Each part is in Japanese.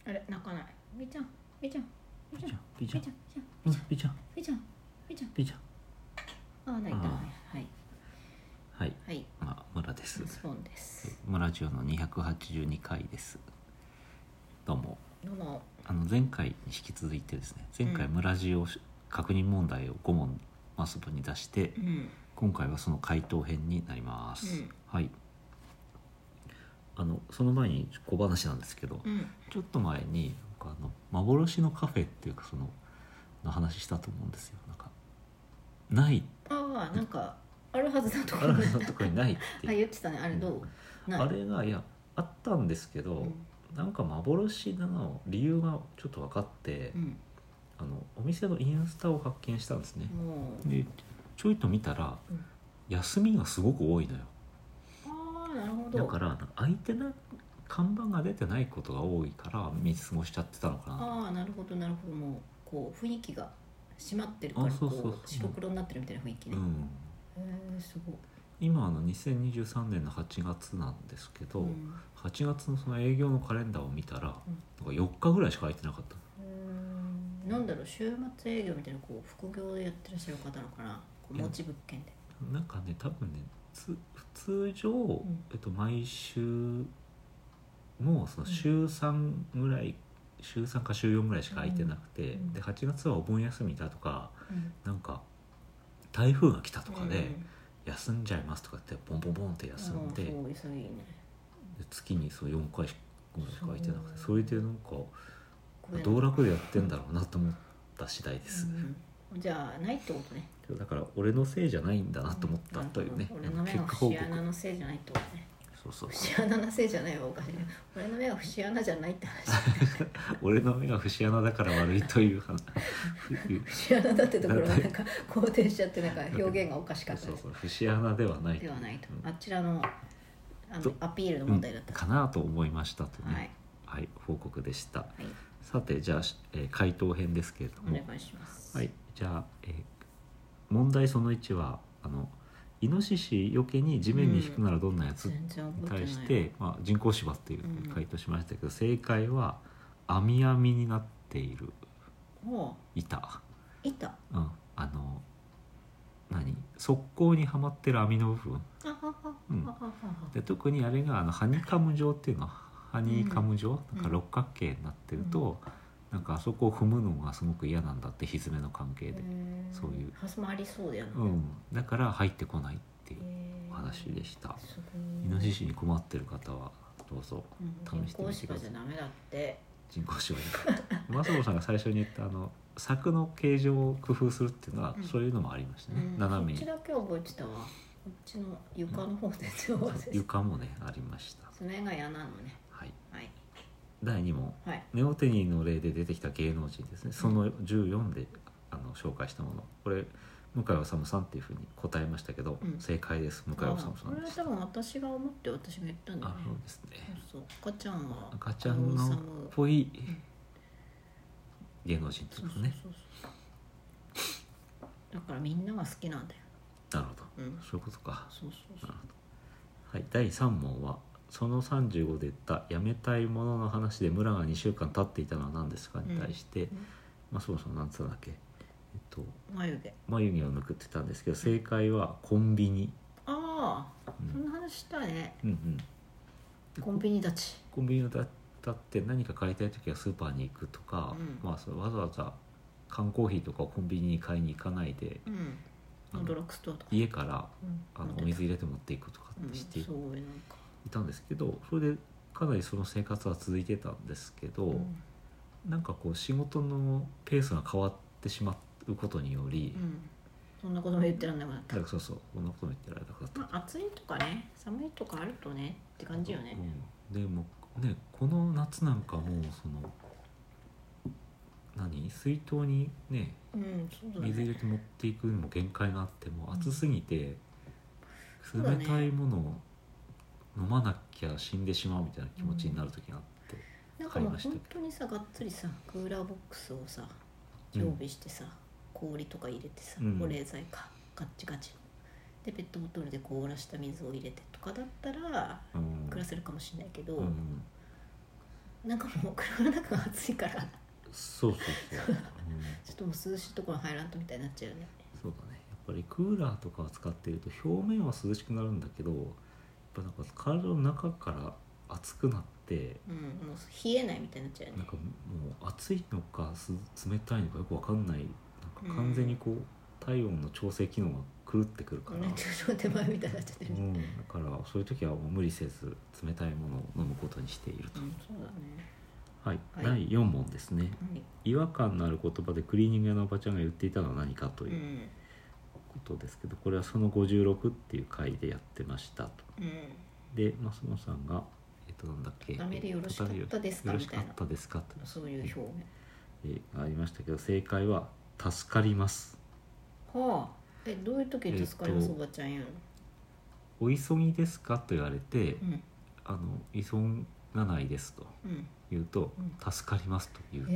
あれ泣かない。みーちゃんみーちゃんみーちゃんピーちゃんみーちゃんピーちゃんみーちゃんみーちゃんピーちゃんあ、泣いた。はいはい、 はい。 村です。 スポンです。 村ジオの282回です。どうも。 どうも。 前回に引き続いてですね、前回村ジオ確認問題を5問マスボに出して、今回はその回答編になります。はい。その前に小話なんですけど、ちょっと前に幻のカフェっていうかの話したと思うんですよ。ないなんかあるはずだとあるはずのところにないって言ってたね。あれどう？ない。 あれがあったんですけど、なんか幻の理由がちょっと分かって、お店のインスタを発見したんですね。でちょいと見たら、休みがすごく多いのよ。 なるほど。 だから空いてな看板が出てないことが多いから見過ごしちゃってたのかな。 なるほどなるほど。もうこう雰囲気が閉まってるから白黒になってるみたいな雰囲気ね。すごい。 今2023年の8月なんですけど、8月のその営業のカレンダーを見たら、4日ぐらいしか空いてなかった。 なんだろう、週末営業みたいな副業でやってらっしゃる方なのかな。持ち物件でなんかね、多分ね通常、毎週もその週3ぐらい、週3か週4ぐらいしか空いてなくて、で8月はお盆休みだとか、なんか台風が来たとかで休んじゃいますとかってボンボンボンって休んで、で月に4回しか空いてなくて、それでなんか道楽でやってんだろうなと思った次第です。 じゃあないってことね。 だから俺のせいじゃないんだなと思ったというね。 俺の目が節穴のせいじゃないってことね。節穴のせいじゃないわ、おかしい。俺の目が節穴じゃないって話。 俺の目が節穴だから悪いという話。 節穴だってところがなんか肯定しちゃって、なんか表現がおかしかったです。 節穴ではないと、あちらのアピールの問題だったかなと思いましたとね。はい、報告でした。さてじゃあ、回答編ですけれども、 お願いします。 はい、じゃあ、問題その1はイノシシよけに地面に引くならどんなやつに対して、人工芝っていう回答しましたけど、正解は網網になっている板。側溝にはまってる網の部分、で特にあれがハニカム状っていうの、ハニカム状、なんか六角形になってると、なんかあそこを踏むのがすごく嫌なんだって、ひづめの関係で、そういうハスもありそうだよね。 だから入ってこないっていうお話でした。イノシシに困ってる方はどうぞ試してみてください。 人工芝じゃダメだって。 人工芝じゃマスボさんが最初に言った柵の形状を工夫するっていうのは、そういうのもありましたね。斜めに。 そっちだけ覚えてたわ。こっちの床の方で床もねありました。 その絵が嫌なのね。 第2問、ネオテニーの例で出てきた芸能人ですね。その14で紹介したもの、これ向井理さんっていうふうに答えましたけど、正解です。向井理さんでした。 これは多分私が思って私が言ったんだよね。 そうですね。 赤ちゃんは赤ちゃんのっぽい芸能人っていうことね。 だからみんなが好きなんだよ。 なるほど、そういうことか。 そうはい、第3問はその35で言ったやめたいものの話で村が2週間経っていたのは何ですかに対して、そもそも何つうんだっけ、眉毛を抜くって言ったんですけど、正解はコンビニ。 そんな話したね。コンビニ立ち。 コンビニだって何か買いたい時はスーパーに行くとか、それわざわざ缶コーヒーとかをコンビニに買いに行かないで、 ドラッグストアとか家からお水入れて持っていくとかってしていたんですけど、それでかなりその生活は続いてたんですけど、なんか仕事のペースが変わってしまうことにより、 そんなことも言ってらんなくなった。 そうこんなことも言ってられなくなった。 暑いとかね、寒いとかあるとねって感じよね。 でもね、この夏なんかもう水筒にね、水入れて持っていくにも限界があって、も暑すぎて冷たいものを飲まなきゃ死んでしまうみたいな気持ちになる時があって、 なんかもう本当にさ、がっつりさクーラーボックスをさ常備してさ、氷とか入れてさ、保冷剤かガッチガチでペットボトルで凍らした水を入れてとかだったら暮らせるかもしれないけど、 なんかもう車の中が暑いからそうそうそう、 ちょっともう涼しいところ入らんとみたいになっちゃうよね。 そうだね。やっぱりクーラーとかを使っていると表面は涼しくなるんだけど、やっぱなんか体の中から熱くなって、 もう冷えないみたいになっちゃうよね。 なんかもう暑いのか冷たいのかよくわかんない、なんか完全にこう、体温の調整機能が狂ってくるから、 熱中症手前みたいになっちゃってる、 だからそういう時はもう無理せず冷たいものを飲むことにしていると。 そうだね。 はい、 はい、 第4問ですね、 はい、 違和感のある言葉でクリーニング屋のおばちゃんが言っていたのは何かということですけど、これはその56っていう回でやってましたと、で増野さんがなんだっけ、 ダメでよろしかったですかよろしかったですかとそういう表現ありましたけど、正解は助かります。 はあ、どういう時に助かります、おばちゃんやの。 お急ぎですかと言われて、急がないですと言うと、助かりますという、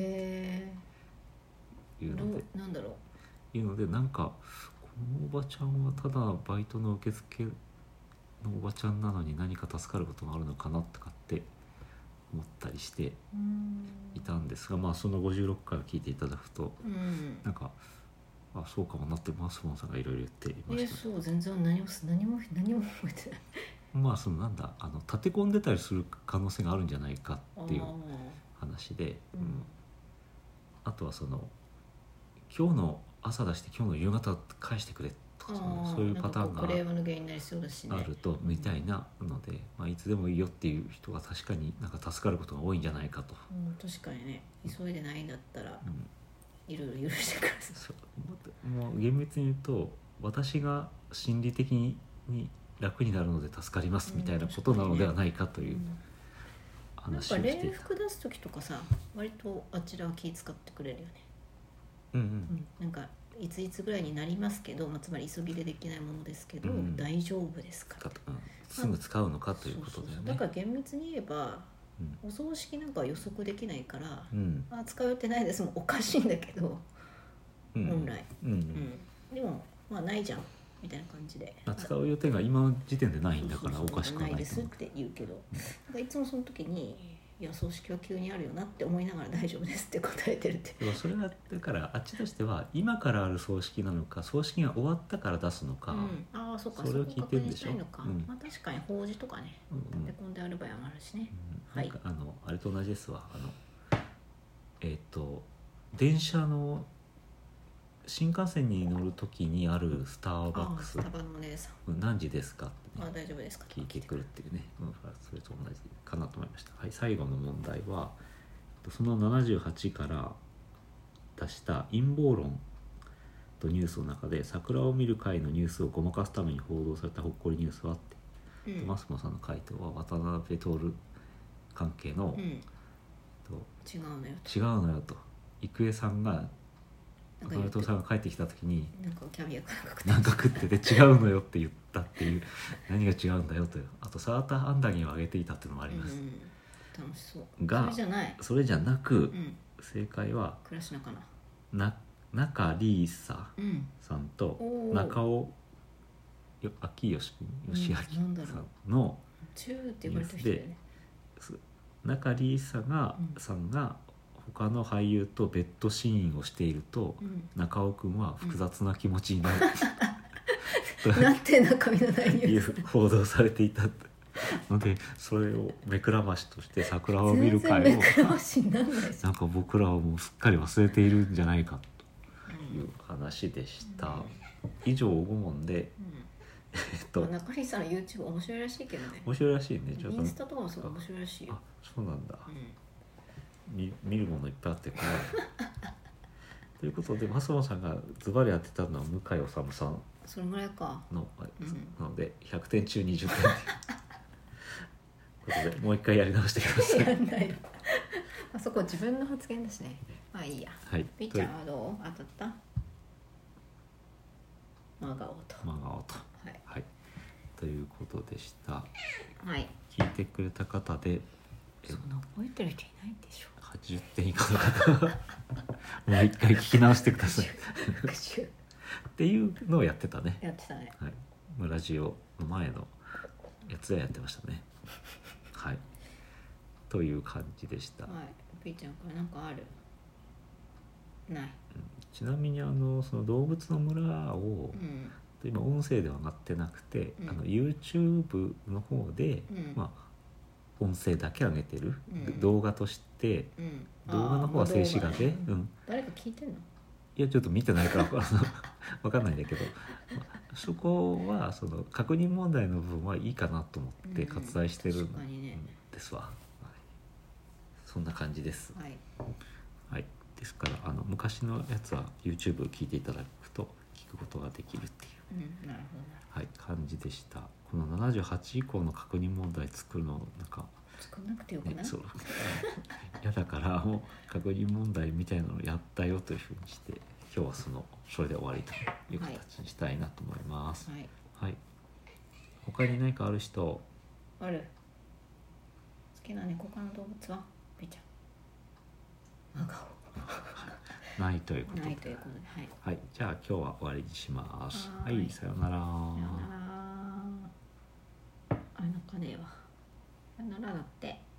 いうので、 なんだろういうので、なんかこのおばちゃんはただバイトの受付のおばちゃんなのに何か助かることがあるのかなとかって思ったりしていたんですが、まあその56回を聞いていただくと、なんかそうかもなってマスモンさんがいろいろ言っていました。 そう全然何も覚えてない。 まあそのなんだ立て込んでたりする可能性があるんじゃないかっていう話で、あとはその今日の朝出して今日の夕方返してくれとか、そういうパターンがクレームの原因になりそうだしね、 あるとみたいなので、いつでもいいよっていう人が確かになんか助かることが多いんじゃないかと。 確かにね、急いでないんだったら、いろいろ許してください。もう厳密に言うと、私が心理的に楽になるので助かりますみたいなことなのではないかという話をしていた。 なんか礼服出す時とかさ、割とあちらは気使ってくれるよね。なんかいついつぐらいになりますけど、つまり急ぎでできないものですけど、大丈夫ですかと、 すぐ使うのかということだよね。 だから厳密に言えば、お葬式なんかは予測できないから、使う予定ないですもんおかしいんだけど、本来、でもないじゃんみたいな感じで、 使う予定が今の時点でないんだからおかしくはないと思う。 ないですって言うけど、いつもその時にいや葬式は急にあるよなって思いながら大丈夫ですって答えてるって。 それはだからあっちとしては今からある葬式なのか葬式が終わったから出すのか、 そうか、 それを聞いてるんでしょ。 確かに法事とかね、でこんである場合もあるしね。 なんかあれと同じですわ。電車の新幹線に乗るときにあるスターバックス、 スタバのお姉さん、 何時ですかって、 大丈夫ですか聞いてくるっていうね、それと同じかなと思いました。はい、最後の問題はその78から出した陰謀論とニュースの中で桜を見る会のニュースをごまかすために報道されたほっこりニュースはって、マスモさんの回答は渡辺徹関係の、 違うのよと郁恵さんが渡辺徹さんが帰ってきた時になんかキャビアなんか食ってて違うのよって言ったっていう何が違うんだよという、あとサーターアンダギーをあげていたっていうのもあります、 楽しそうがそれじゃなく、正解は倉科かな、 中里依紗さんと中尾明義明さんのチューって呼ばれた人だよね。 中里依紗さんが他の俳優とベッドシーンをしていると、中尾くんは複雑な気持ちになる、 なんて中身のないニュース報道されていたので、それを目くらましとして桜を見る会をなんか僕らはもうすっかり忘れているんじゃないかという話でした、以上5問で、 中里さんの YouTube 面白いらしいけどね。 面白いらしいね。 インスタとかもすごい面白いらしいよ。 そうなんだ、見るものいっぱいあって怖いということでマスモさんがズバリ当てたのは向井理さん、 それぐらいかの、なので100点中20点ということでもう一回やり直してください。 やんないそこ自分の発言だしね。いいや。ピッチャーはどう当たった？真顔とはい、ということでした。 はい、 聞いてくれた方でそんな覚えてる人いないでしょ。 80点以下の方はもう一回聞き直してくださいっていうのをやってたね。 やってたね。 はい、ラジオの前のやつはやってましたねはい。 という感じでした。 はい、ピーちゃんからなんかある？ない。 ちなみにその動物の村を、今音声では上がってなくて、YouTube の方で、音声だけ上げてる、動画として、動画の方は静止画で、 誰か聞いてんの？ いやちょっと見てないから分かんないんだけど、そこはその確認問題の部分はいいかなと思って割愛してるんですわ、そんな感じです。はい、ですから昔のやつは YouTube 聞いていただくと聞くことができるっていう、 なるほど、 感じでした。この78以降の確認問題作るのなんか作んなくてよくない？ そう嫌だからもう確認問題みたいなのをやったよというふうにして今日はそれで終わりという形にしたいなと思います。他に何かある人？ ある。好きな猫科の動物はピーちゃん。 ないということで。 ないということで、 はい、じゃあ今日は終わりにします。はい、さよなら。さよなら。 なんかねえわ。さよならだって。